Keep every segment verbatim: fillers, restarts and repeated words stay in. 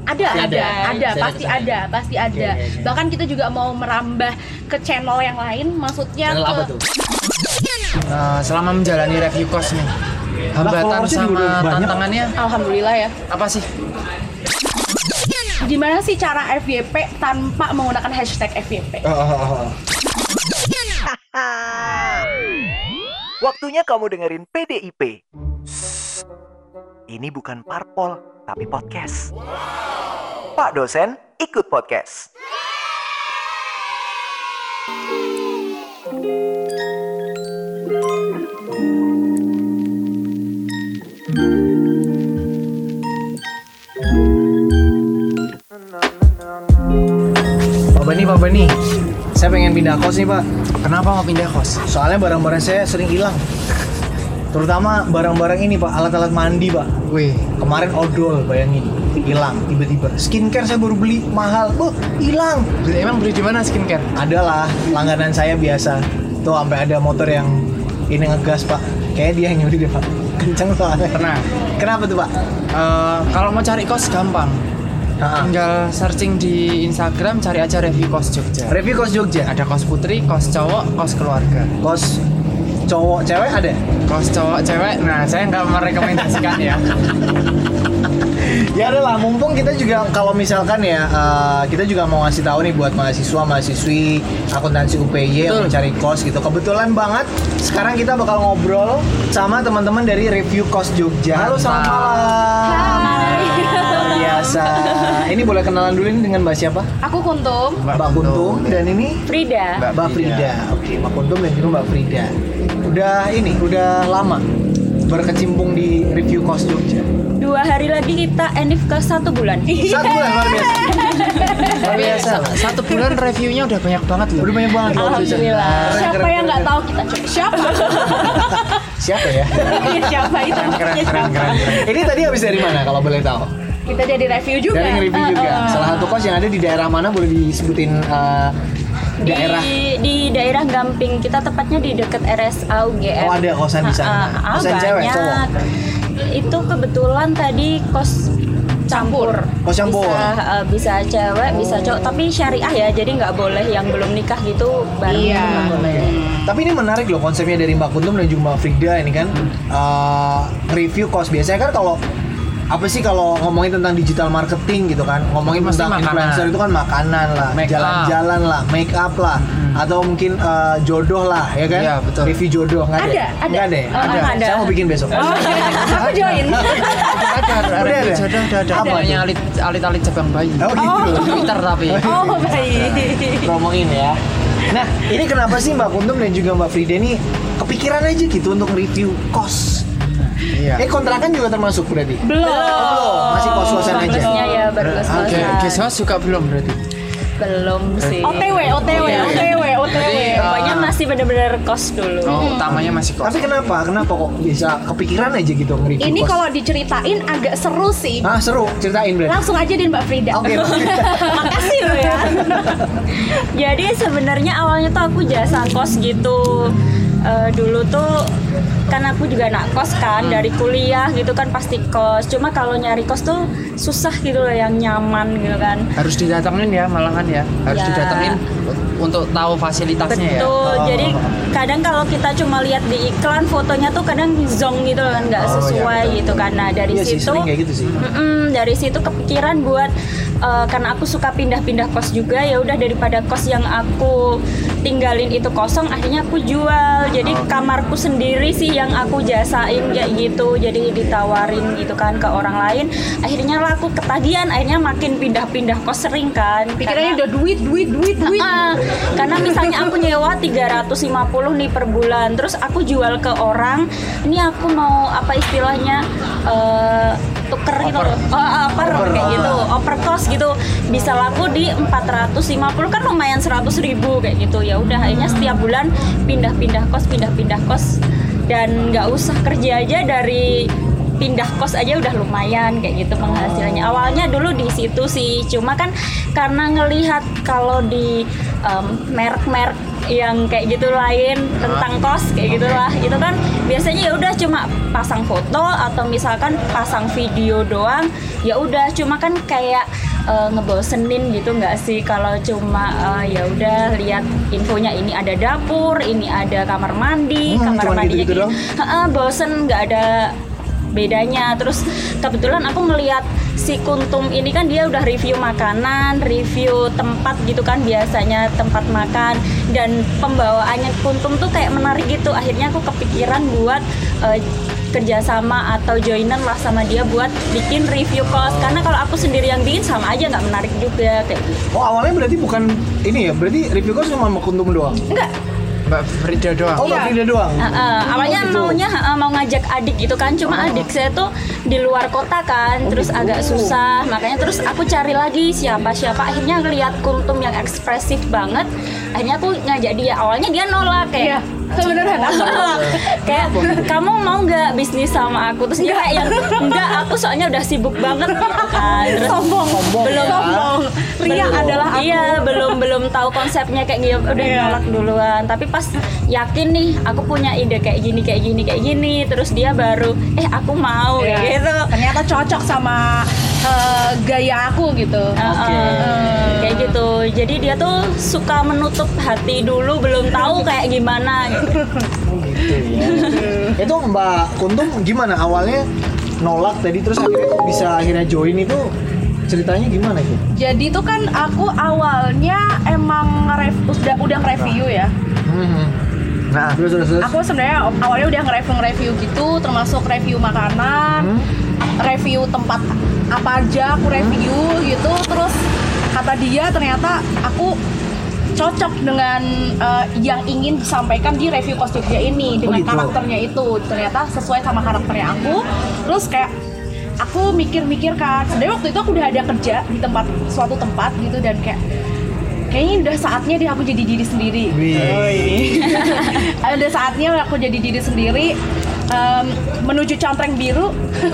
Ada, ada, ada, ada pasti kesana. ada, pasti ada. Okay, okay, okay. Bahkan kita juga mau merambah ke channel yang lain, maksudnya Channel ke apa tuh? Nah, selama menjalani review course nih, hambatan followersnya juga sama udah banyak. tantangannya alhamdulillah ya. apa sih? Gimana sih cara F Y P tanpa menggunakan hashtag F Y P? Oh, oh, oh, oh. Waktunya kamu dengerin P D I P. Shh. Ini bukan parpol, tapi podcast. Pak dosen ikut podcast. Pak Bani, Pak Bani, saya pengen pindah kos nih Pak. Kenapa mau pindah kos? Soalnya barang-barang saya sering hilang. Terutama barang-barang ini Pak, alat-alat mandi Pak. Wih, Kemarin odol, bayangin, hilang tiba-tiba. Skincare saya baru beli mahal, oh hilang. emang beli di mana skincare? Adalah langganan saya biasa. Tuh sampai ada motor yang ini ngegas Pak. Kayak dia yang nyuri deh Pak. Kenceng soalnya. Pernah. Kenapa tuh Pak? Eh, kalau mau cari kos gampang. Ha-ha. Tinggal searching di Instagram, cari aja review kos Jogja. Review kos Jogja. Ada kos putri, kos cowok, kos keluarga. Kos cowok cewek ada? Kos cowok cewek, nah saya nggak merekomendasikan ya. Ya adalah, mumpung kita juga kalau misalkan ya uh, kita juga mau ngasih tahu nih buat mahasiswa mahasiswi akuntansi U P Y yang mencari kos gitu. Kebetulan banget sekarang kita bakal ngobrol sama teman-teman dari Review Kos Jogja. Halo, selamat malam. Luar biasa. Ini boleh kenalan dulu nih dengan Mbak siapa? Aku Kuntum, Mbak Kuntum dan ini Frida. Mbak Mbak Frida. Oke, Mbak Kuntum dan juga Mbak Frida. Udah ini, udah lama berkecimpung di Review Kos Jogja. Dua hari lagi kita enif ke satu bulan. Satu bulan luar biasa. Luar biasa. Satu bulan reviewnya udah banyak banget loh. Udah banyak banget. Alhamdulillah. Keren, Siapa keren, yang nggak keren, tahu kita coba? Siapa? Siapa ya? Iya, siapa itu? Keren, keren, keren, keren. Ini tadi habis dari mana kalau boleh tahu? Kita jadi review juga. Dari review Uh, juga. uh. Salah satu kos yang ada di daerah mana boleh disebutin uh, Di daerah? di daerah Gamping, kita tepatnya di dekat R S A U G M. Oh, ada kosan di sana. Ah, ah, Kosan cewek, banyak. cowok? Itu kebetulan tadi kos campur. Kos campur. Bisa, uh, bisa cewek, bisa cowok, tapi syariah ya, jadi nggak boleh yang belum nikah gitu bareng Iya. nggak boleh. Tapi ini menarik loh konsepnya dari Mbak Kuntum dan juga Mbak Frida ini kan uh, review kos. Biasanya kan kalau apa sih kalau ngomongin tentang digital marketing gitu kan, ngomongin Pasti tentang makanan. influencer itu kan makanan lah, Make up. jalan-jalan lah, make up lah, atau mungkin uh, jodoh lah, ya kan? Iya, betul. Review jodoh nggak ada? Ada, ada. Nggak ada. ya? Oh, ada. ada. Saya mau bikin besok. Oh, aku join. Ada Udah review ada? jodoh, udah ada. Apa Namanya tuh? alit alit alit cabang bayi. Oh gitu. Twitter tapi. Oh, baik. Promongin ya. Nah, ini kenapa sih Mbak Kuntum dan juga Mbak Frida ini kepikiran aja gitu untuk review kos? Iya. Eh kontrakan juga termasuk berarti? Belum. Oh, masih kos-kosan aja. Plusnya ya baru Oke, kos-kosan. guest house juga belum berarti. Belum sih. O T W, O T W, O T W, O T W. Jadi, Pokoknya masih bener-bener kos dulu. Oh, utamanya masih kos. Tapi kenapa? Kenapa kok bisa kepikiran aja gitu nge-review Ini kos? kalau diceritain agak seru sih. Ah, seru, ceritain berarti. Langsung aja deh Mbak Frida. Oke, Mbak Frida. Makasih loh ya. Jadi sebenarnya awalnya tuh aku jasa kos gitu. Eh, dulu tuh kan aku juga anak kos kan, dari kuliah gitu kan pasti kos. Cuma kalau nyari kos tuh susah gitu loh yang nyaman gitu kan. Harus didatengin ya malahan ya. Harus Ya. didatengin untuk tahu fasilitasnya ya. Betul. Jadi kadang kalau kita cuma lihat di iklan fotonya tuh kadang zong gitu kan, nggak Oh, sesuai iya, gitu kan. Nah dari Iya sih, situ sering kayak gitu sih. Mm-mm, dari situ kepikiran buat eh, karena aku suka pindah-pindah kos juga, ya udah daripada kos yang aku tinggalin itu kosong, akhirnya aku jual. Jadi kamarku sendiri sih yang aku jasain kayak gitu. Jadi ditawarin gitu kan ke orang lain. Akhirnya laku ketagihan, akhirnya makin pindah-pindah kos sering kan. Pikirannya udah duit, duit, duit, duit. Ah, karena misalnya aku nyewa tiga ratus lima puluh nih per bulan, terus aku jual ke orang, ini aku mau apa istilahnya eh, tuker gitu loh, oh, oper Oper, kayak ah. gitu, oper kos gitu, bisa laku di empat ratus lima puluh, kan lumayan seratus ribu kayak gitu. Ya udah akhirnya setiap bulan pindah-pindah kos, pindah-pindah kos, dan nggak usah kerja aja dari pindah kos aja udah lumayan kayak gitu penghasilannya. Awalnya dulu di situ sih, cuma kan karena ngelihat kalau di um, merek-merek yang kayak gitu lain tentang kos kayak gitulah, itu kan biasanya ya udah cuma pasang foto atau misalkan pasang video doang, ya udah cuma kan kayak uh, ngebosenin gitu nggak sih kalau cuma uh, ya udah lihat infonya ini ada dapur, ini ada kamar mandi, Hmm, kamar cuman mandinya gitu-gitu gini. Heeh, bosen nggak ada bedanya. Terus kebetulan aku ngelihat si Kuntum ini kan dia udah review makanan, review tempat gitu kan, biasanya tempat makan, dan pembawaannya Kuntum tuh kayak menarik gitu. Akhirnya aku kepikiran buat uh, kerjasama atau joinan lah sama dia buat bikin review kos, karena kalau aku sendiri yang bikin sama aja nggak menarik juga kayak gitu. Oh, awalnya berarti bukan ini ya, berarti review kos cuma mau Kuntum doang? Enggak. Mbak Frida doang. Oh, Mbak Frida doang? Uh, uh, awalnya gitu. maunya uh, mau ngajak adik gitu kan, cuma Oh. adik saya tuh di luar kota kan, terus agak susah, makanya terus aku cari lagi siapa-siapa, akhirnya ngeliat Kuntum yang ekspresif banget, akhirnya aku ngajak dia. Awalnya dia nolak kayak Sebenarnya kayak kamu mau nggak bisnis sama aku, terus dia kayak yang enggak, aku soalnya udah sibuk banget gitu kan. Terus sombong, Sombong belum ya. sombong. Ria belum- adalah aku. Iya, belum belum tahu konsepnya kayak gitu, udah Iya. nolak duluan. Tapi pas yakin nih, aku punya ide kayak gini, kayak gini, kayak gini, terus dia baru, eh aku mau Iya. kayak gitu. Ternyata cocok sama uh, gaya aku gitu. Uh, Oke. uh, kayak gitu. Jadi dia tuh suka menutup hati dulu, belum tahu kayak gimana gitu. Oh, gitu ya. Itu Mbak Kuntum gimana awalnya nolak tadi, terus akhirnya kok bisa akhirnya join itu, ceritanya gimana itu? Jadi tuh kan aku awalnya emang nge-rev- udah udah nge-review ya. Hmm. Nah, terus terus terus. Aku sebenarnya awalnya udah nge-review-nge-review gitu, termasuk review makanan, Hmm. review tempat apa aja aku review gitu. Terus kata dia ternyata aku cocok dengan uh, yang ingin disampaikan di review kos Jogja ini, dengan gitu. karakternya itu. Ternyata sesuai sama karakternya aku. Terus kayak aku mikir-mikir kan, sebenarnya waktu itu aku udah ada kerja di tempat suatu tempat gitu, dan kayak kayaknya udah saatnya deh aku jadi diri sendiri. Wih. Udah saatnya aku jadi diri sendiri, um, menuju contreng biru.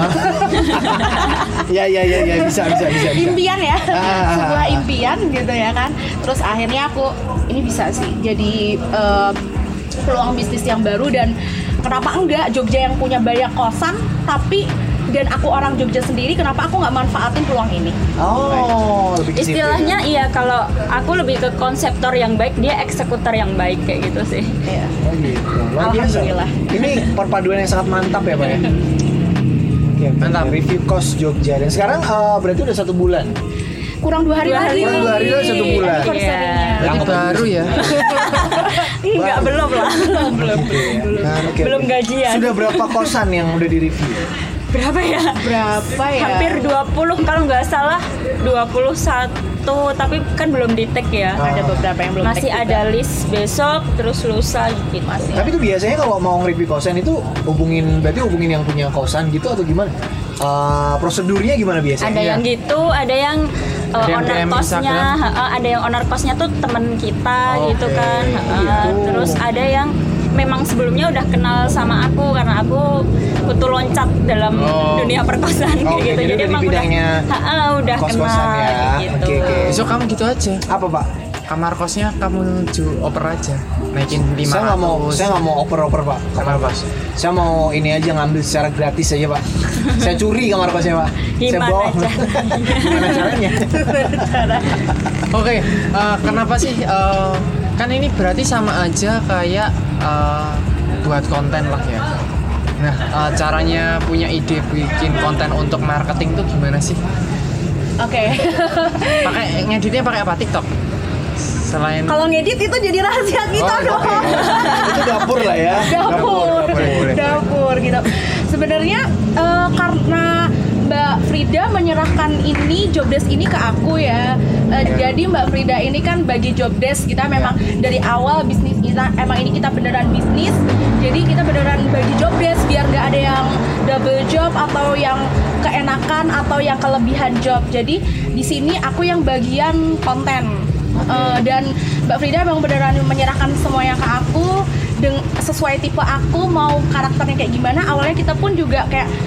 Ya ya ya ya bisa bisa bisa. bisa. Impian ya, Ah. sebuah impian gitu ya kan. Terus akhirnya aku ini bisa sih jadi uh, peluang bisnis yang baru, dan kenapa enggak, Jogja yang punya banyak kosan, tapi dan aku orang Jogja sendiri, kenapa aku nggak manfaatin peluang ini? Oh, lebih ke situ ya. Istilahnya iya, kalau aku lebih ke konseptor yang baik, dia eksekutor yang baik kayak gitu sih. Iya. Oh gitu. Luar biasa. Alhamdulillah. Ini perpaduan yang sangat mantap ya, Pak ya. Oke, oke. Mantap. Review kos Jogja, dan sekarang uh, berarti udah satu bulan. Kurang dua hari Dua lagi. hari. Kurang dua hari lagi satu bulan. Anniversary-nya. Berarti baru ya. Enggak, Baru. belum lah. Belum. Nah, oke, Belum oke. gajian. Sudah berapa kosan yang udah di-review? Berapa ya? Berapa ya? Hampir dua puluh kalau nggak salah, dua puluh satu, tapi kan belum di-tag ya. Ada beberapa yang belum Masih tag ada list besok, terus lusa gitu. Masih. Tapi itu biasanya kalau mau nge-review kosan itu hubungin, berarti hubungin yang punya kosan gitu atau gimana? Uh, prosedurnya gimana biasanya? Ada yang gitu, ada yang uh, Ada yang owner D M kosnya, Instagram. ha-ha, ada yang owner kosnya tuh temen kita Oke, gitu kan. ha-ha. gitu. Terus ada yang memang sebelumnya udah kenal sama aku karena aku kutu loncat dalam Oh. dunia perkosaan kayak Oke, gitu. jadi udah di emang bidangnya ha-ha, udah kos-kosan kenal ya. kayak gitu. Oke, oke. Besok kamu gitu aja. Apa, Pak? Kamar kosnya kamu ju oper aja. Naikin lima ratus. Saya nggak mau, saya nggak mau oper-oper, Pak. Kamar Kenapa? kos. Saya mau ini aja, ngambil secara gratis aja, Pak. Saya curi kamar kosnya, Pak. Saya Gimana bawa. caranya? Gimana caranya? Oke, eh, kenapa sih? eh, kan ini berarti sama aja kayak eh, buat konten lah ya. Nah, eh, caranya punya ide bikin konten untuk marketing tuh gimana sih? Oke. Pakai ngeditnya pakai apa? TikTok? Selain Kalau ngedit itu jadi rahasia kita Oh, dong. oke. Itu dapur lah ya. Dapur, dapur. dapur gitu. Sebenarnya eh, karena Mbak Frida menyerahkan ini job desk ini ke aku ya. Eh, jadi Mbak Frida ini kan bagi job desk kita, memang dari awal bisnis kita emang ini kita beneran bisnis. Jadi kita beneran bagi job desk biar nggak ada yang double job atau yang keenakan atau yang kelebihan job. Jadi di sini aku yang bagian konten. Uh, dan Mbak Frida memang beneran menyerahkan semuanya ke aku deng- sesuai tipe aku, mau karakternya kayak gimana. Awalnya kita pun juga kayak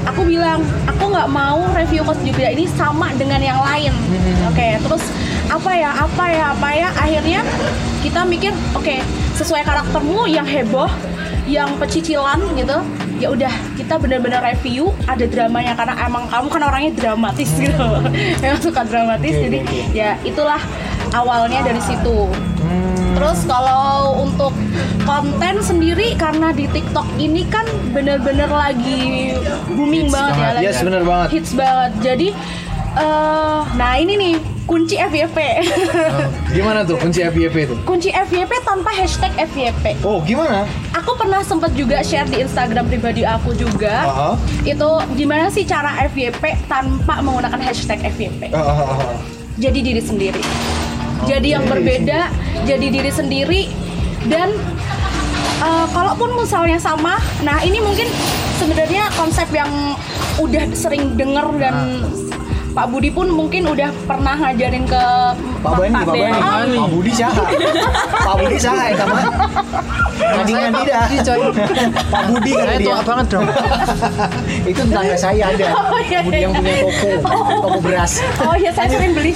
aku bilang aku nggak mau review kos Jogja ini sama dengan yang lain. Oke, okay, terus apa ya, apa ya, apa ya, akhirnya kita mikir, oke, okay, sesuai karaktermu yang heboh, yang pecicilan gitu, ya udah kita benar-benar review ada dramanya karena emang kamu kan orangnya dramatis gitu, emang suka dramatis, okay, jadi okay. ya itulah awalnya dari situ. Hmm. Terus kalau untuk konten sendiri karena di TikTok ini kan bener-bener lagi booming Hits banget, banget. ya, lagi Yes, bener banget. hits banget. Jadi, uh, nah ini nih kunci F Y P. Oh, gimana tuh kunci F Y P itu? Kunci F Y P tanpa hashtag F Y P. Oh, gimana? Aku pernah sempat juga share di Instagram pribadi aku juga. Uh-huh. Itu gimana sih cara F Y P tanpa menggunakan hashtag F Y P? Uh-huh. Jadi diri sendiri. Jadi yang berbeda, jadi diri sendiri. Dan uh, kalaupun misalnya sama, nah ini mungkin sebenarnya konsep yang udah sering denger dan Pak Budi pun mungkin udah pernah ngajarin ke Pak Bani, Pak Bani, Ah, Pak Budi saha. Pak Budi saha eta mah. Tandingan tidak. Pak Budi kan Saya dia. tua banget dong. Itu tetangga saya ada. Oh, iya, Budi yang iya. punya toko, toko beras. Oh iya, saya sering beli.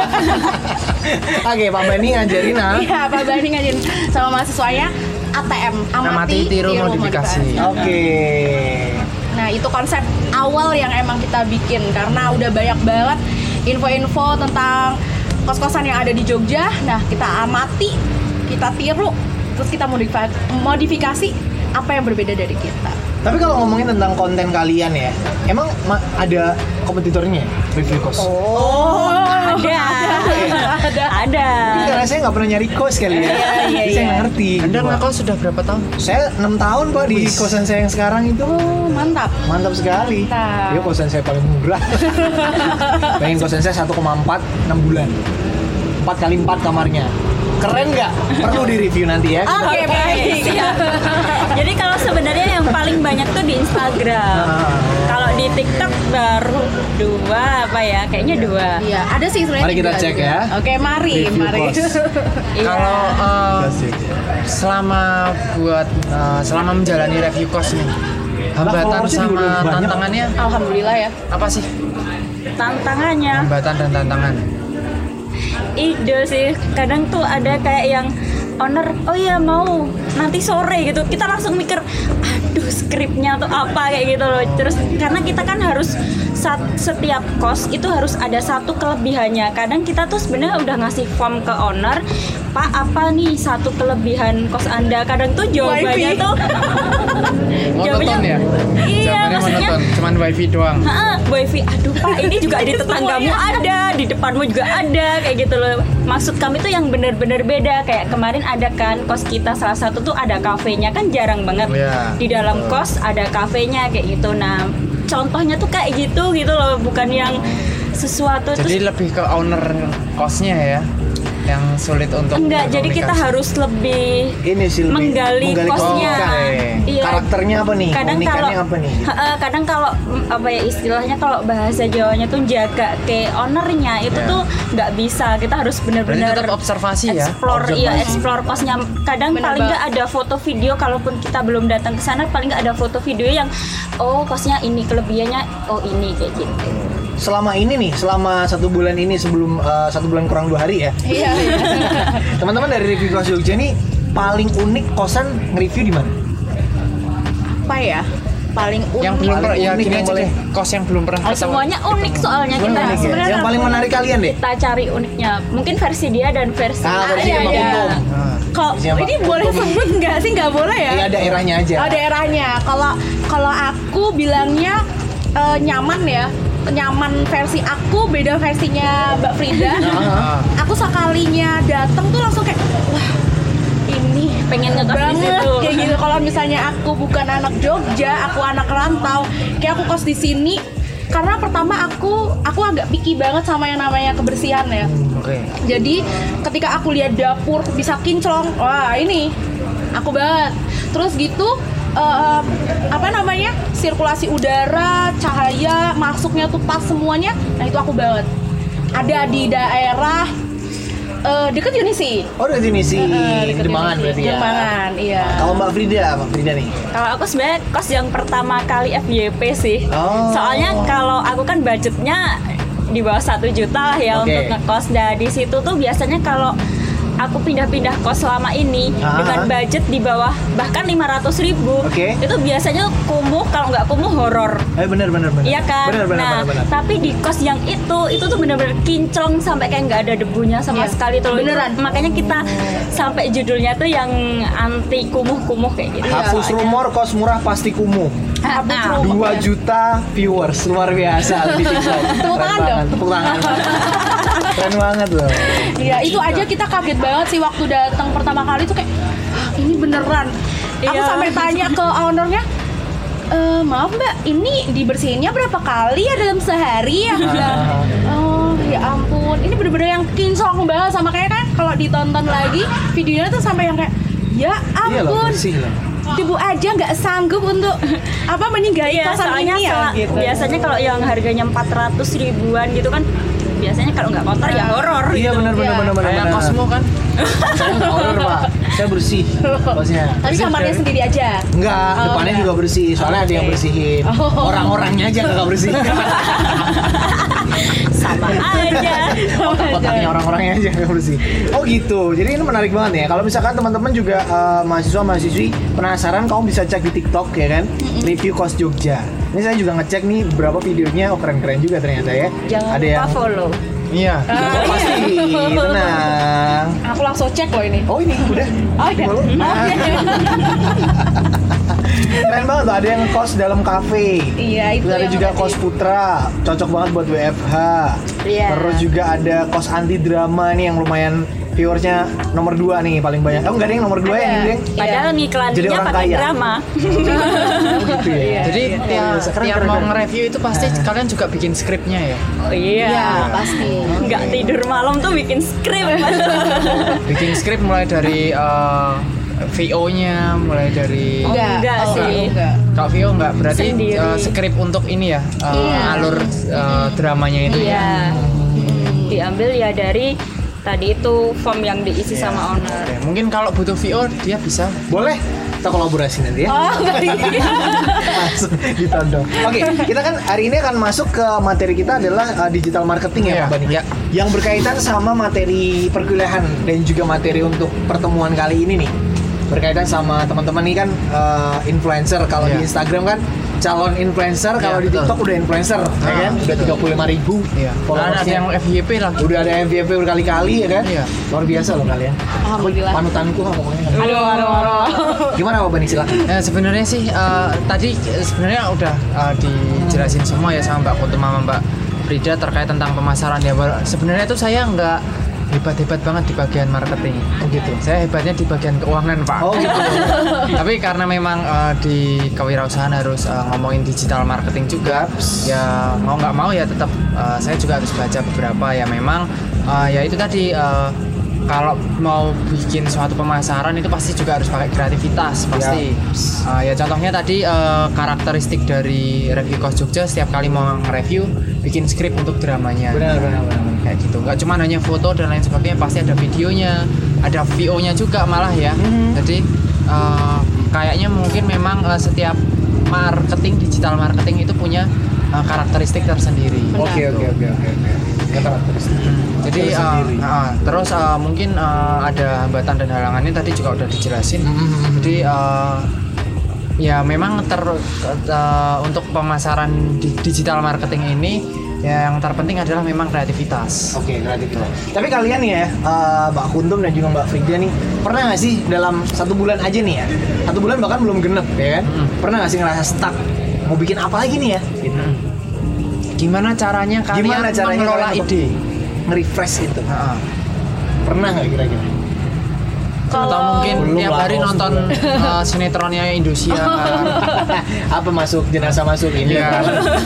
Oke, Pak Bani ngajarin ah. Iya, Pak Bani ngajarin sama mahasiswanya A T M, amati, Amati, tiru, modifikasi. Oke. Nah, itu konsep awal yang emang kita bikin karena udah banyak banget info-info tentang kos-kosan yang ada di Jogja. Nah, kita amati, kita tiru, terus kita modifikasi, modifikasi apa yang berbeda dari kita. Tapi kalau ngomongin tentang konten kalian ya, emang ma- ada kompetitornya ya? Review kos? Oh, Ada. ada. Ada. Mungkin karena saya nggak pernah nyari kos kali ya. Iya, iya, Jadi saya iya. nggak ngerti. Anda gitu, Pak. ngekos sudah berapa tahun? Saya enam tahun Pak di Wis. kosan saya yang sekarang itu. Oh, mantap. Mantap sekali. Mantap. Iya, kosan saya paling murah. Pengen kosan saya satu koma empat enam bulan. empat kali empat kamarnya. Keren nggak? Perlu di review nanti ya. Oke, baik. Siap. Jadi kalau sebenarnya yang paling banyak tuh di Instagram. Ah. Kalau di TikTok baru dua apa ya? Kayaknya dua. Iya, ada sih sebenarnya. Mari kita tiga cek juga. ya. Oke, mari, Review mari. kos. Iya. Kalau uh, selama buat uh, selama menjalani review kos nih, hambatan followersnya juga sama udah banyak. tantangannya Alhamdulillah ya. apa sih? Tantangannya Hambatan dan tantangan. ide sih. Kadang tuh ada kayak yang owner, oh iya mau nanti sore gitu. Kita langsung mikir, aduh skripnya tuh apa kayak gitu loh. Terus karena kita kan harus sat, setiap kos itu harus ada satu kelebihannya. Kadang kita tuh sebenarnya udah ngasih form ke owner, Pak apa nih satu kelebihan kos Anda? Kadang tuh jawabannya Wifi. tuh Monoton ya? Iya, Jawabannya maksudnya monoton, cuman wifi doang. Heeh, wifi. Aduh Pak, ini juga di tetanggamu ada, di depanmu juga ada, kayak gitu loh. Maksud kami tuh yang bener-bener beda. Kayak kemarin ada kan kos kita salah satu tuh ada kafenya, kan jarang banget. Iya, Di dalam betul. kos ada kafenya kayak gitu. Nah, contohnya tuh kayak gitu gitu loh, bukan yang sesuatu Jadi terus lebih ke owner kosnya ya, yang sulit untuk enggak. Jadi kita berkomunikasi. harus lebih Ini sih lebih menggali, kosnya. Oh, Iya. Karakternya apa nih? Kadang kalau Keunikannya apa nih? Heeh, kadang kalau mm, apa ya istilahnya kalau bahasa Jawanya tuh jaga ke ownernya itu Ya. tuh nggak bisa. Kita harus Berarti benar-benar tetap observasi ya. explore, iya Observasi. explore kosnya. Kadang Bener paling banget. nggak ada foto video, kalaupun kita belum datang ke sana paling nggak ada foto video yang oh kosnya ini, kelebihannya oh ini kayak gitu. Selama ini nih, selama satu bulan ini sebelum uh, satu bulan kurang dua hari ya. Iya. Teman-teman dari review kos Jogja nih paling unik kosan nge-review di mana? Apa ya? Paling unik. Yang belum pernah, Paling ya unik gini yang aja boleh. deh, kos yang belum pernah Oh, ketemu. semuanya unik soalnya kita Unik ya? sebenarnya Yang paling menarik kalian deh. kita cari uniknya. Mungkin versi dia dan versi Ah, versi iya, Mbak iya. Untung. Nah, Kok Siapa? ini boleh sebut nggak sih? Nggak boleh ya? Iya, daerahnya aja. Oh, daerahnya. Kalau kalau aku bilangnya eh, nyaman ya. Nyaman versi aku, beda versinya Mbak Frida. ah, Aku sekalinya datang tuh langsung kayak wah, ini pengen ngekos di banget situ. kayak gitu. Kalau misalnya aku bukan anak Jogja, aku anak rantau, kayak aku kos di sini karena pertama aku aku agak picky banget sama yang namanya kebersihan ya. Oke. Jadi ketika aku lihat dapur bisa kinclong, wah ini aku banget. Terus gitu eh, apa namanya sirkulasi udara, cahaya masuknya tuh pas semuanya. Nah itu aku banget. Ada di daerah eh, deket Unisi. Oh, dari sini sih. Eh, deket Dembangan Unisi. berarti ya. Dembangan, iya. Kalau Mbak Frida, Mbak Frida nih. Kalau aku sebenarnya kos yang pertama kali F Y P sih. Oh. Soalnya kalau aku kan budgetnya di bawah satu juta lah ya Oke. untuk ngekos. Dan di situ tuh biasanya kalau aku pindah-pindah kos selama ini Ah. dengan budget di bawah bahkan lima ratus ribu, Oke. itu biasanya kumuh, kalau nggak kumuh horor. Eh benar benar benar. Iya kan? Benar benar nah, benar. benar. tapi di kos yang itu, itu tuh benar-benar kinclong sampai kayak nggak ada debunya sama Iya, sekali tuh. beneran. Makanya kita sampai judulnya tuh yang anti kumuh-kumuh kayak gitu. Hapus Soalnya- rumor kos murah pasti kumuh. Hapus Nah, rumor. dua juta viewers luar biasa di TikTok. Tepuk Keren tangan banget, dong. Tepuk tangan. Keren banget loh. Iya, itu aja kita kaget banget sih waktu datang pertama kali tuh kayak "Hah, ini beneran." Aku Iya. sampai tanya ke ownernya, "Eh, maaf Mbak, ini dibersihinnya berapa kali ya dalam sehari ya?" Aku bilang, "Oh, ya ampun, ini bener-bener yang kinclong banget sama kayak kan kalau ditonton lagi videonya tuh sampai yang kayak ya Iya loh, ampun, bersih loh. ibu aja nggak sanggup untuk apa meninggali Iya, kosan soalnya ini ya sel- gitu." biasanya kalau yang harganya empat ratus ribuan gitu kan, biasanya kalau nggak kotor ya horor. Iya gitu. benar benar Iya. benar benar. Kayak benar. kosmo kan. Saya nggak horor Pak. Saya bersih kosnya. Tapi kamarnya sendiri aja. Enggak, Oh, depannya enggak. juga bersih. Soalnya ada yang Oke. bersihin. Oh. Orang-orangnya aja nggak bersih. Sama aja. Kotaknya orang-orangnya aja nggak bersih. Oh gitu. Jadi ini menarik banget ya. Kalau misalkan teman-teman juga eh, mahasiswa-mahasiswi penasaran, kamu bisa cek di TikTok ya kan. Review kos Jogja. Ini saya juga ngecek nih beberapa videonya. Oh keren-keren juga ternyata ya. Jangan ada lupa yang follow. Iya. Oh, pasti tenang. Aku langsung cek loh ini. Oh ini udah. Oh iya. Follow. Oh, iya. Keren banget tuh, ada yang kos dalam kafe. Iya, itu Terus ada yang juga tadi. kos Putra, cocok banget buat W F H. Iya. Terus juga ada kos anti drama nih yang lumayan viewersnya nomor dua nih paling banyak. Oh enggak ada yang nomor dua Ada. yang ini. Padahal Jadi ngiklannya orang pakai kaya. drama. Oh gitu ya. Jadi Iya, tiap, keren, tiap keren, mau keren. nge-review itu pasti kalian juga bikin skripnya ya. Oh iya. Iya, pasti. Nggak tidur malam tuh bikin skrip. Bikin skrip mulai dari eh, V O-nya, mulai dari Enggak, enggak oh, sih. enggak. kalau V O enggak berarti Sendiri. eh, skrip untuk ini ya eh, Iya. alur eh, dramanya itu ya. Iya. Diambil ya dari tadi itu form yang diisi Iya. sama owner. Oke, mungkin kalau butuh V O dia bisa. Boleh kita kolaborasi nanti ya. Oh, iya. Langsung ditodong. Oke, kita kan hari ini akan masuk ke materi kita adalah uh, digital marketing ya, Iya, Pak Bani. iya. Yang berkaitan sama materi perkuliahan dan juga materi untuk pertemuan kali ini nih. Berkaitan sama teman-teman nih kan uh, influencer, kalau Iya. di Instagram kan calon influencer, kalau Iya, di betul. TikTok udah influencer, ya Ah, kan? Udah betul. tiga puluh lima ribu Iya. Nah, ada followersnya. yang F Y P lagi. Udah ada M V P berkali-kali ya kan? Iya. Luar biasa loh kalian. Alhamdulillah. Panutanku lah pokoknya. Aduh, aduh, aduh. Gimana Pak Bani, silakan. Nah, sebenarnya sih eh, tadi eh, sebenarnya udah eh, dijelasin semua ya sama Mbak Kuntum sama Mbak Frida terkait tentang pemasaran ya. Baru- Sebenarnya tuh saya nggak hebat-hebat banget di bagian marketing. Oh gitu. Saya hebatnya di bagian keuangan, Pak. Oh gitu. Tapi karena memang eh, di kewirausahaan harus eh, ngomongin digital marketing juga, ya mau nggak mau ya tetap eh, saya juga harus baca beberapa ya. Memang eh, ya itu tadi eh, kalau mau bikin suatu pemasaran itu pasti juga harus pakai kreativitas pasti. Eh, ya contohnya tadi eh, karakteristik dari review kos Jogja, setiap kali mau nge-review bikin skrip untuk dramanya. Benar, benar, benar. Kayak gitu, nggak cuma hanya foto dan lain sebagainya, pasti ada videonya, ada V O-nya juga malah ya. Jadi eh, kayaknya mungkin memang eh, setiap marketing, digital marketing itu punya eh, karakteristik tersendiri. Oke, oke, oke, oke, oke. Ya karakteristik. Jadi eh, Tersendiri. eh, terus eh, mungkin eh, ada hambatan dan halangannya tadi juga udah dijelasin. Jadi eh, ya memang ter, eh, untuk pemasaran di digital marketing ini ya yang terpenting adalah memang kreativitas. Oke, kreativitas. Tapi kalian nih ya, eh, Mbak Kuntum dan juga Mbak Frida nih, pernah nggak sih dalam satu bulan aja nih ya, satu bulan bahkan belum genep ya kan, Mm. pernah nggak sih ngerasa stuck, mau bikin apa lagi nih ya? Gitu. Gimana caranya kalian Gimana caranya mengelola kalian ide? Nge-refresh itu? Heeh. Pernah nggak kira-kira? Atau mungkin Belum tiap lah, hari oh, nonton uh, sinetronnya Indosiar. Apa masuk jenazah masuk ini? Iya.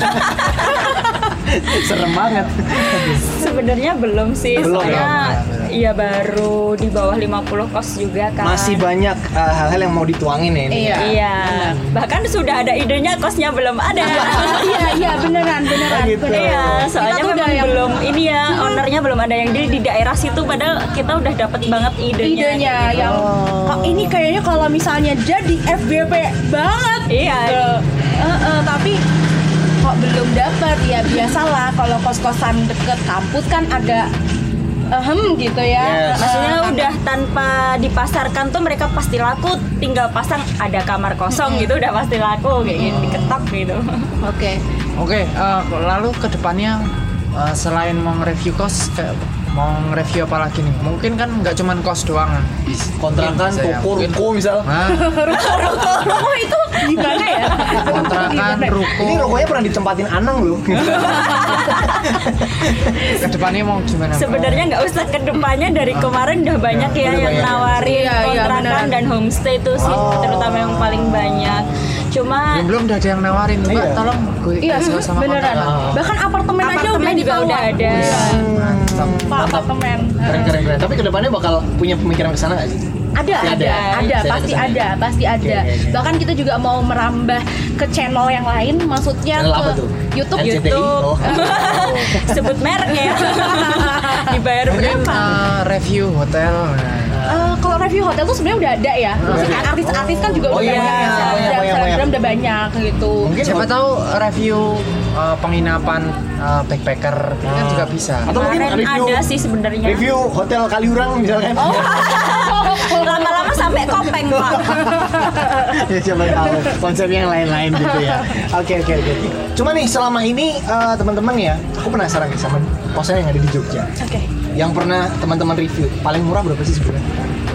Serem banget. Sebenarnya belum sih, Belum, soalnya belum. iya baru di bawah lima puluh kos juga kan. Masih banyak eh, hal-hal yang mau dituangin ya ini. Iya. Iya, bahkan sudah ada idenya, kosnya belum ada. Iya, iya, beneran, beneran. Oh, gitu. beneran. Iya, soalnya Kita tuh udah memang yang- belum ini ya, ownernya kayaknya belum ada yang deal di daerah situ, padahal kita udah dapat banget idenya. idenya gitu. yang kok ini kayaknya kalau misalnya jadi F B P banget Iya. gitu. Eh, eh, tapi kok belum dapat. Ya biasalah kalau kos-kosan deket kampus kan agak ehem gitu ya. Yes. Maksudnya Eh, udah tanpa dipasarkan tuh mereka pasti laku, tinggal pasang ada kamar kosong gitu udah pasti laku kayak gitu, diketok gitu. oke. Oke, eh, lalu kedepannya eh, selain mau nge-review kos, kayak mau nge-review apa lagi nih? Mungkin kan nggak cuman kos doang. Bis- Kontrakan, mungkin bisa ya, toko, mungkin- ruko misal. Nah, Ruko itu gimana ya? kontrakan, Gimana? ruko. Ini rukonya pernah ditempatin Anang loh. Kedepannya mau gimana? Sebenarnya nggak usah kedepannya, dari kemarin udah banyak ya udah yang banyak. nawarin Iya, iya, kontrakan beneran. dan homestay tuh sih, Oh. terutama yang paling banyak. Cuma Belum belum udah ada yang nawarin, Mbak. Iya. Tolong gue Iya, kasih sama beneran. kontrakan. Bahkan apartemen, aja apartemen udah juga ditawar. udah ada. Mantap. Pak, apartemen. Keren keren keren. Tapi kedepannya bakal punya pemikiran ke sana nggak sih? Ada, Pasti ada, ada. ada, Pasti pasti ada ada, pasti ada. Oke, oke, oke. Bahkan kita juga mau merambah ke channel yang lain, maksudnya Channel ke apa tuh? YouTube, N C T I? YouTube. Oh. sebut mereknya ya. Dibayar Mungkin berapa? eh, review hotel. Nah, Eh, kalau review hotel tuh sebenarnya udah ada ya. Maksudnya artis-artis kan juga Oh, udah iya, banyak, banyak, selebgram, banyak, banyak, selebgram banyak. udah banyak gitu. Mungkin siapa hot- tahu review eh, penginapan eh, backpacker kan juga bisa. Atau mungkin Kemarin review ada sih sebenarnya. review hotel Kaliurang misalkan. Oh. Lama-lama sampai kopeng pak. Ya siapa tahu konsepnya yang lain-lain gitu ya. Oke oke oke. Cuma nih selama ini eh, teman-teman ya, aku penasaran nih sama kosan yang ada di Jogja. Oke. Yang pernah teman-teman review, paling murah berapa sih sebenarnya?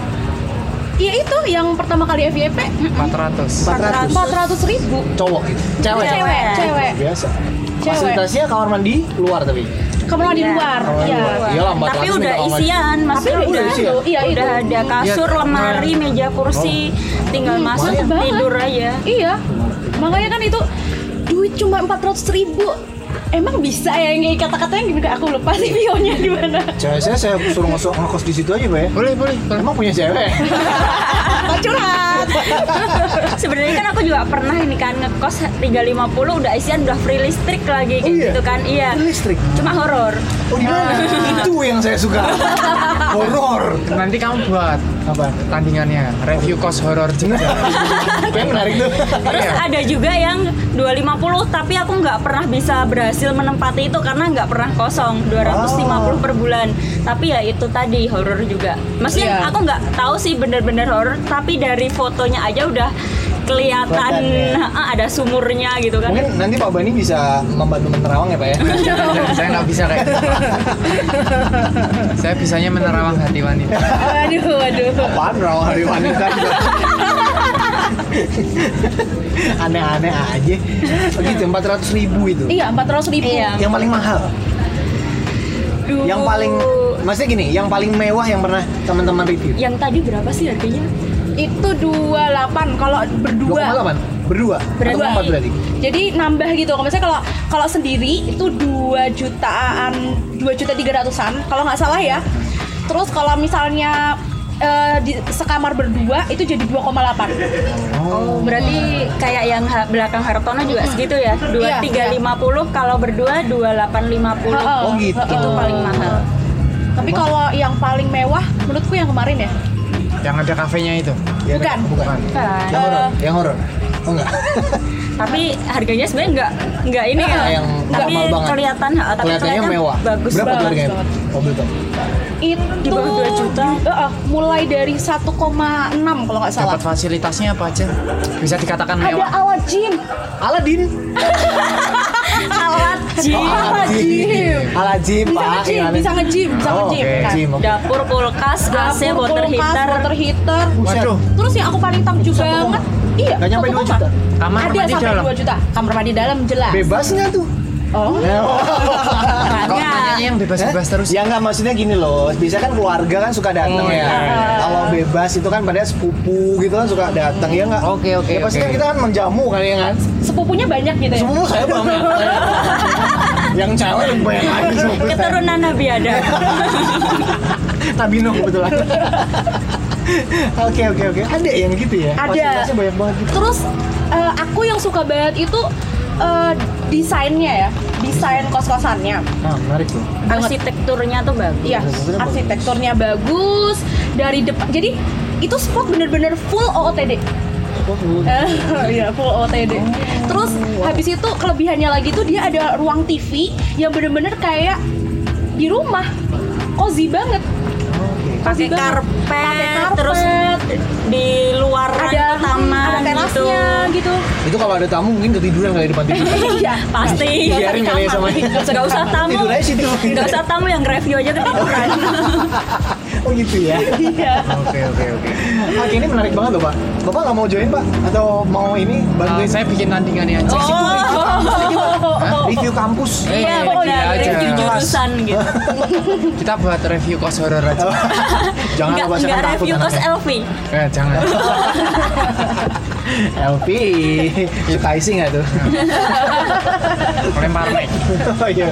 Iya itu yang pertama kali F Y P empat ratus. empat ratus. empat ratus ribu. Cowok gitu. Cewek. Cewek, cewek. Biasa. Cewek. Fasilitasnya kamar mandi luar tapi. Kamar di Iya. luar. Kamar Iya. luar. Iyalah, empat Tapi ratus udah minta kamar mandi. isian, Tapi maksudnya udah udah, isian? Iya, itu. udah ada kasur, Iya, lemari, meja, kursi, tinggal masuk mantep banget. tidur aja. Iya. Makanya kan itu duit cuma empat ratus ribu. Emang bisa ya yang kayak kata-katanya gini, aku lupa sih bionya gimana. Cewek saya saya suruh ngosok ngekos di situ aja, Pak ya. Boleh, boleh. boleh. Emang punya cewek? Oh, curhat. Sebenarnya kan aku juga pernah ini kan ngekos tiga ratus lima puluh udah isian, udah free listrik lagi kayak Oh, iya? gitu kan. Iya. Listrik. Cuma horor. Oh gimana? Itu yang saya suka. Horor. Nanti kamu buat Apa? tandingannya review kos horor Jogja. Kayaknya menarik tuh. Terus Iya. ada juga yang dua ratus lima puluh tapi aku nggak pernah bisa berhasil menempati itu karena nggak pernah kosong, dua ratus lima puluh per bulan. Tapi ya itu tadi horor juga. Maksudnya Iya. aku nggak tahu sih bener-bener horor, tapi dari fotonya aja udah kelihatan Kelihatan, ya. ah, ada sumurnya gitu kan. Mungkin nanti Pak Bani bisa membantu menerawang ya, Pak ya. Saya nggak bisa kayak gitu. Saya bisanya menerawang hati wanita. Waduh, waduh. Apaan nerawang hari wanita juga. Aneh-aneh aja. Begitu empat ratus ribu itu. Iya, empat ratus ribu. Iya. Yang paling mahal. Duh. Yang paling maksudnya gini, yang paling mewah yang pernah teman-teman review. Yang tadi berapa sih harganya? Itu dua puluh delapan kalau dua berdua. koma delapan Berdua. Berdua. Atau empat berarti. Jadi nambah gitu. Kalau misalnya kalau kalau sendiri itu dua jutaan, dua juta tiga ratusan kalau nggak salah ya. Terus kalau misalnya eh, di sekamar berdua itu jadi dua koma delapan. Oh, berarti kayak yang ha- belakang Hartono juga segitu ya? dua Iya, tiga lima puluh kalau berdua dua delapan lima puluh. Oh, Oh gitu. Itu paling mahal. Tapi kalau yang paling mewah menurutku yang kemarin ya. Yang ada kafenya itu. Ya, Bukan. bukan. Kan. Yang horor. Eh, Yang horor. Oh enggak. Tapi harganya sebenarnya nggak nggak ini Ah, ya. yang tapi normal banget. kelihatan ha, tapi Kelihatannya kelihatan mewah. Bagus Berapa tuh banget. harganya? Mobil tuh. Itu Di bawah dua juta. eh, eh, mulai dari satu koma enam kalau nggak salah. Dapat fasilitasnya apa aja? Bisa dikatakan Ada mewah. alat gym. Aladin. Alat gym, alat gym. Alat gym, Bisa Pak. nge-gym, Yang bisa ada- nge-gym, bisa Oh, nge-gym. oke. kan. Gym, oke. dapur, kulkas, A C, Dapur, water kulkas, heater. water heater. Waduh. Terus yang aku paling takjub banget, iya, Nggak nyampe satu dua koma. juta? Kamar Ada mandi sampai dalam? dua juta. Kamar mandi dalam jelas. Bebas nggak tuh? Oh. Ya, oh. Kok Banyak. nanyanya yang bebas-bebas Hah? terus? Ya nggak, maksudnya gini loh. Biasanya kan keluarga kan suka datang Oh, ya. iya. Kalau bebas itu kan pada sepupu gitu kan suka datang ya nggak? Oke, oke, Ya pasti oke. kan kita kan menjamu kan ya kan. Sepupunya banyak gitu ya. Sepupu saya banget. Yang cewek lebih banyak lagi sepupu saya. Keturunan Nabi Adam. Nabi Nuh kebetulan. Oke oke oke. Ada yang gitu ya? Ada. Fasilitasnya banyak banget gitu. Terus eh, aku yang suka banget itu uh, desainnya ya, desain kos-kosannya. Nah, menarik tuh. Arsitekturnya tuh bagus. Iya, arsitekturnya bagus dari depan. Jadi itu spot bener-bener full O O T D. Iya, full O O T D. Terus habis itu kelebihannya lagi tuh dia ada ruang T V yang bener-bener kayak di rumah, cozy banget. Pakai Cozy banget. karpet, Pakai karpet. terus di luar ada taman ada terasnya gitu. Itu kalau ada tamu mungkin ketiduran kali di depan T V. Iya, Pasti. Biarin kali ya sama Gak usah tamu. Tidur aja situ. Gak usah tamu yang review aja ketiduran. Oh gitu ya. Iya. Oke oke oke. Oke, ini menarik banget loh, Pak. Bapak nggak mau join, Pak? Atau mau ini Uh, bantuin saya bikin tandingannya aja. Oh. review kampus? Iya, Oh, benar. iya aja. Review jurusan gitu. Kita buat review kos horor aja. Jangan Enggak lupa enggak jangan takut review kos anaknya. L V. Eh, jangan. L P suka isi nggak tuh? Lempar mic. Oh iya.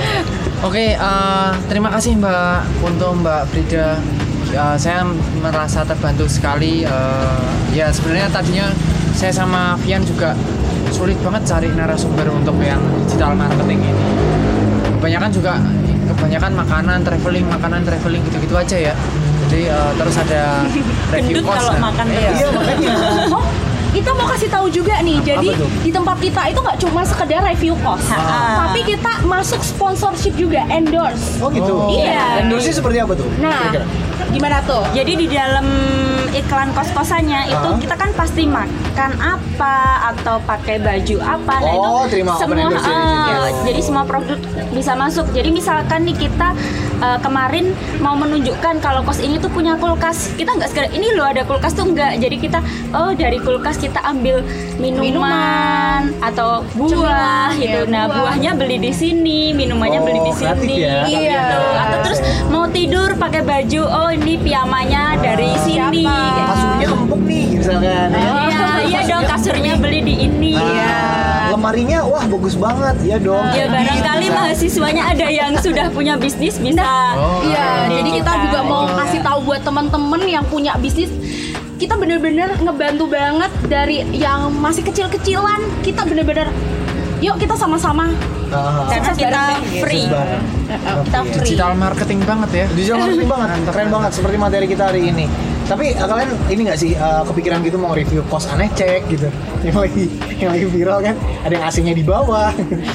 Oke, eh, terima kasih Mbak Kunto, Mbak Frida. Eh, saya merasa terbantu sekali. Eh, ya sebenarnya tadinya saya sama Vian juga sulit banget cari narasumber untuk yang digital marketing ini. Kebanyakan juga kebanyakan makanan, traveling, makanan, traveling gitu-gitu aja ya. Jadi eh, terus ada review Gendut cost. kalau Nah, makan iya. terus. Iya makanya. Oh, kita mau kasih tahu juga nih. Jadi tuh? di tempat kita itu nggak cuma sekedar review kos, Ah. tapi kita masuk sponsorship juga, endorse. Oh gitu. Iya. Endorse-nya seperti apa tuh? Nah, Kira-kira? gimana tuh? Jadi di dalam iklan kos-kosannya itu Ah. kita kan pasti makan apa atau pakai baju apa. Nah, Oh, itu terima open semua endorse dari situ. eh, jadi semua produk bisa masuk. Jadi misalkan nih kita eh, kemarin mau menunjukkan kalau kos ini tuh punya kulkas. Kita nggak sekedar ini loh ada kulkas tuh enggak. Jadi kita oh dari kulkas kita ambil minuman, Minuman. atau buah Cemilan, gitu. ya, Nah, buah. buahnya beli di sini, minumannya Oh, beli di kreatif sini ya. gitu. Iya. Atau terus mau tidur pakai baju, oh ini piyamanya dari sini. siapa? Kayak Kasurnya empuk nih misalkan. ya. Iya, iya dong kasurnya beli di ini. Ah, lemarinya wah bagus banget ya dong. Ya barangkali Gitu. mahasiswanya ada yang sudah punya bisnis bisa. Oh, Iya, Di jadi kita kita. juga mau Oh. kasih tahu buat teman-teman yang punya bisnis. Kita bener-bener ngebantu banget dari yang masih kecil-kecilan. Kita bener-bener, yuk kita sama-sama. Ah, Karena Sukses kita bareng gitu. free. sukses bareng. Kita Oke. free. Digital marketing banget ya. Digital marketing banget, Mantap, keren mantap. banget seperti materi kita hari ini. Tapi uh, kalian ini nggak sih uh, kepikiran gitu mau review kos aneh cek gitu, yang lagi yang lagi viral kan, ada yang A C-nya di bawah.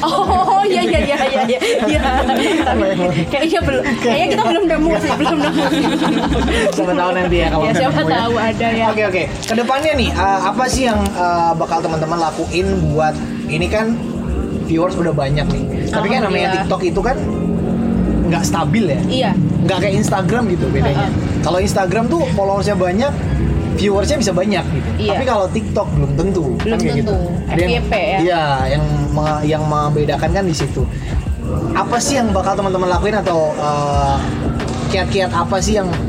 Oh iya iya iya iya iya. Iya. Tapi kayaknya belum. Kayaknya kita belum nemu sih, belum nemu. Siapa tahu nanti ya kalau Ya, nggak siapa nemu ya. tahu ada ya. Oke oke. Kedepannya nih uh, apa sih yang uh, bakal teman-teman lakuin buat ini kan viewers udah banyak nih. Tapi kan namanya Alhamdulillah. TikTok itu kan nggak stabil ya. Iya. Nggak kayak Instagram gitu bedanya. Kalau Instagram tuh followersnya banyak, viewersnya bisa banyak gitu. Iya. Tapi kalau TikTok belum tentu. Belum kan kayak tentu. Gitu. Ada yang- F Y P ya. Iya, yang me- yang membedakan kan di situ. Apa sih yang bakal teman-teman lakuin atau uh, kiat-kiat apa sih yang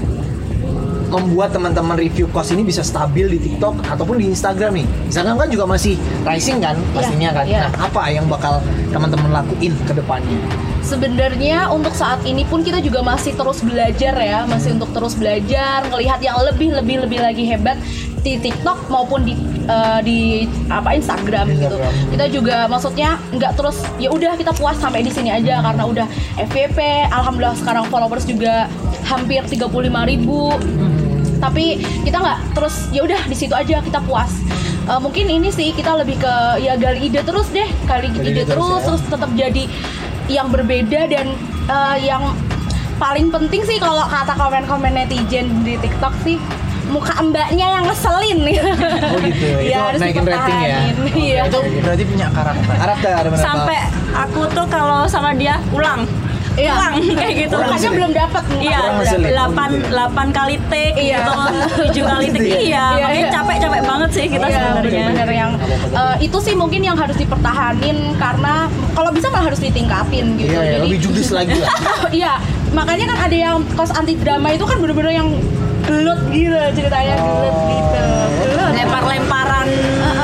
membuat teman-teman review kos ini bisa stabil di TikTok ataupun di Instagram nih? Instagram kan juga masih rising kan pastinya kan. iya. Nah, apa yang bakal teman-teman lakuin ke depannya? Sebenarnya untuk saat ini pun kita juga masih terus belajar ya, masih untuk terus belajar, melihat yang lebih lebih lebih lagi hebat di TikTok maupun di eh, di apa Instagram, gitu. Instagram. Kita juga maksudnya nggak terus ya udah kita puas sampai di sini aja karena udah F Y P, alhamdulillah sekarang followers juga hampir tiga puluh lima ribu. Tapi kita nggak terus ya udah di situ aja kita puas. Eh, mungkin ini sih kita lebih ke ya gali ide terus deh, gali Gali ide ide terus terus ya. terus tetap jadi yang berbeda dan uh, yang paling penting sih kalau kata komen-komen netizen di TikTok sih muka mbaknya yang ngeselin nih. Oh gitu. Itu Ya, harus naikin rating ya. dipertahanin. Iya. Itu berarti punya karakter. Karakter benar. Sampai aku tuh kalau sama dia ulang. Iya. Ulang kayak gitu. Ulang Makanya sih. belum dapat. Iya, Kurang ngeselin. delapan delapan kali take Iya. gitu, tujuh kali take. Gitu ya? Iya, Iya, makanya iya. capek-capek banget sih kita Iya, sebenarnya. bener-bener yang uh, itu sih mungkin yang harus dipertahanin karena kalau bisa malah harus ditingkatin gitu. Iya, ya, Jadi lebih judes lagi lah. iya, makanya kan ada yang kos anti drama itu kan bener-bener yang gelut gitu ceritanya, gelut gitu. Gelut. Lempar-lemparan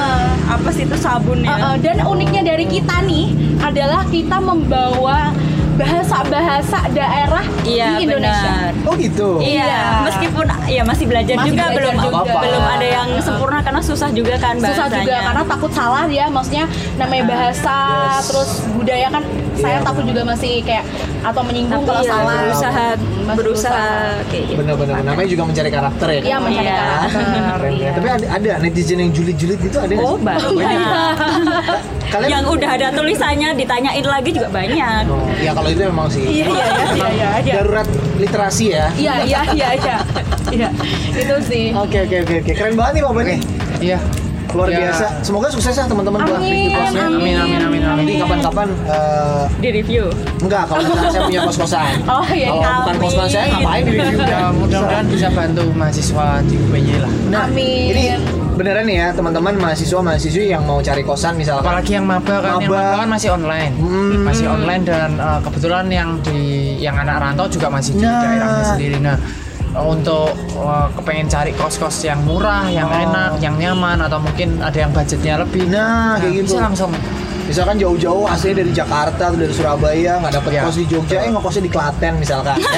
apa sih itu sabun ya? Uh, uh, dan uniknya dari kita nih adalah kita membawa bahasa-bahasa daerah Iya, di Indonesia. benar. Oh gitu. Iya, Iya. meskipun ya masih belajar Masih juga belajar belum juga. belum ada yang sempurna karena susah juga kan Susah bahasanya. juga karena takut salah ya, maksudnya namanya bahasa Yes. terus budaya kan saya Iya, takut juga masih kayak atau menyinggung Tapi kalau ya, salah. berusaha Masih berusaha kayak gitu. Bener-bener namanya juga mencari karakter ya. Iya, kan? mencari Iya. karakter. Keren, Iya. keren. Tapi ada, ada netizen yang julid-julid gitu ada nggak Oh, sih? banyak. Kalian Yang udah ada tulisannya ditanyain lagi juga banyak. Oh, ya kalau itu memang sih. Iya, iya, iya, iya, iya, iya. Darurat literasi ya. Iya, iya, iya, iya. Iya, itu sih. Oke oke oke oke. Keren banget nih Pak Bani. Iya. Luar Ya. biasa. Semoga sukses ya teman-teman buat Amin, review kosnya. Amin amin amin Nanti amin. kapan-kapan eh, Di review. enggak kalau misalnya saya punya kos-kosan. Oh iya, Kalau bukan amin. kos-kosan saya ngapain di review? Ya mudah-mudahan bisa bantu mahasiswa di U P Y lah. Nah, Amin. ini beneran nih ya teman-teman mahasiswa mahasiswi yang mau cari kosan misalkan. Apalagi yang maba kan, yang Maba. maba kan masih online, Hmm. masih online dan uh, kebetulan yang di yang anak rantau juga masih di Nah. daerahnya sendiri. Nah, untuk uh, kepengen cari kos-kos yang murah, yang Oh. enak, yang nyaman, atau mungkin ada yang budgetnya lebih, Nah, kayak gitu. bisa langsung. Misalkan jauh-jauh aslinya dari Jakarta atau dari Surabaya nggak dapet Ya. kos di Jogja, eh ngekosnya di Klaten misalkan. ya.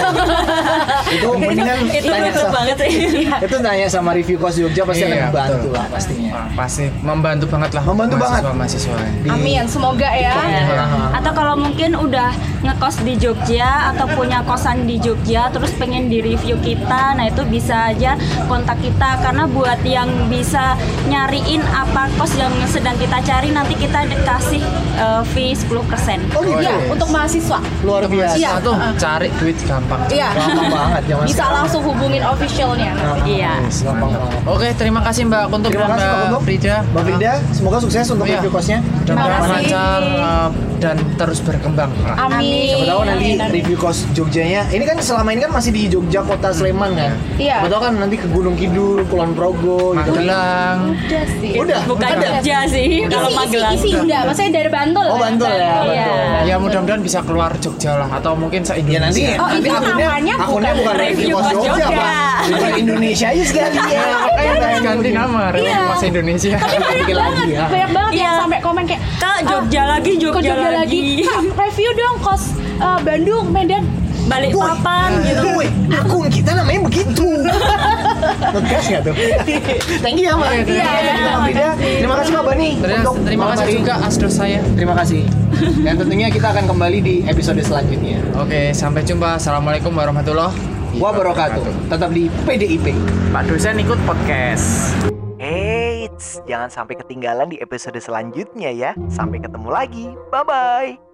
Itu mendingan Itu tanya betul sama, banget sih. itu tanya sama review kos Jogja pasti akan Iya, membantu betul. lah pastinya. Wah, pasti membantu banget lah. Membantu banget. mahasiswa Di- Amin, semoga ya. Ya. Atau kalau mungkin udah ngekos di Jogja atau punya kosan di Jogja terus pengen di review kita, nah itu bisa aja kontak kita karena buat yang bisa nyariin apa kos yang sedang kita cari nanti kita kasih uh, fee sepuluh persen. Oh gitu. Iya, yes. untuk mahasiswa. Luar biasa. Iya. Tuh cari duit gampang. Iya. Gampang banget zaman Bisa sekarang. langsung hubungin officialnya. Nah, Iya. yes, gampang banget. Oke, terima kasih Mbak Kuntum Terima dan kasih Pak Mbak Kuntum. Frida. Mbak Frida, semoga sukses untuk Oh, iya. review kosnya. Mudah-mudahan Terima kasih. lancar uh, dan terus berkembang. Amin. Siapa tahu nanti Amin, amin. review kos Jogjanya. Ini kan selama ini kan masih di Jogja kota Sleman kan. Iya. Siapa tahu kan nanti ke Gunung Kidul, Kulon Progo gitu. Magelang. Udah sih. Udah. Bukan ada. Jogja sih kalau Isi, isi, Magelang. isi udah, maksudnya dari Bantul. Oh, Bantul ya, Iya. Bantul. Ya mudah-mudahan bisa keluar Jogja lah atau mungkin se Ya nanti, Indonesia. Oh, nanti itu akunnya, namanya akunnya bukan bukan review review kos kos Jogja, Jogja. Pak. Review Indonesia aja sekalian. Ya, makanya kita ganti nama Iya. Review Kos Indonesia. Tapi banyak Bikin banget, lagi, ya. banyak banget yang Iya. sampai komen kayak Kak, Jogja lagi, "Kok Jogja, Jogja lagi. Kak, review dong kos uh, Bandung, Medan. Balik Boy. papan gitu. Woi, akun kita namanya begitu. Ngegas nggak tuh? Thank you ya Mbak. Iya, Iya, iya. Mbak Frida. Terima kasih Mbak Bani. Terima, untuk terima malam kasih hari juga ini. asdos saya. Terima kasih. Dan tentunya kita akan kembali di episode selanjutnya. Oke, sampai jumpa. Assalamualaikum warahmatullahi Wabarakatuh. Tetap di P D I P. Pak dosen ikut podcast. Eits, jangan sampai ketinggalan di episode selanjutnya ya. Sampai ketemu lagi. Bye-bye.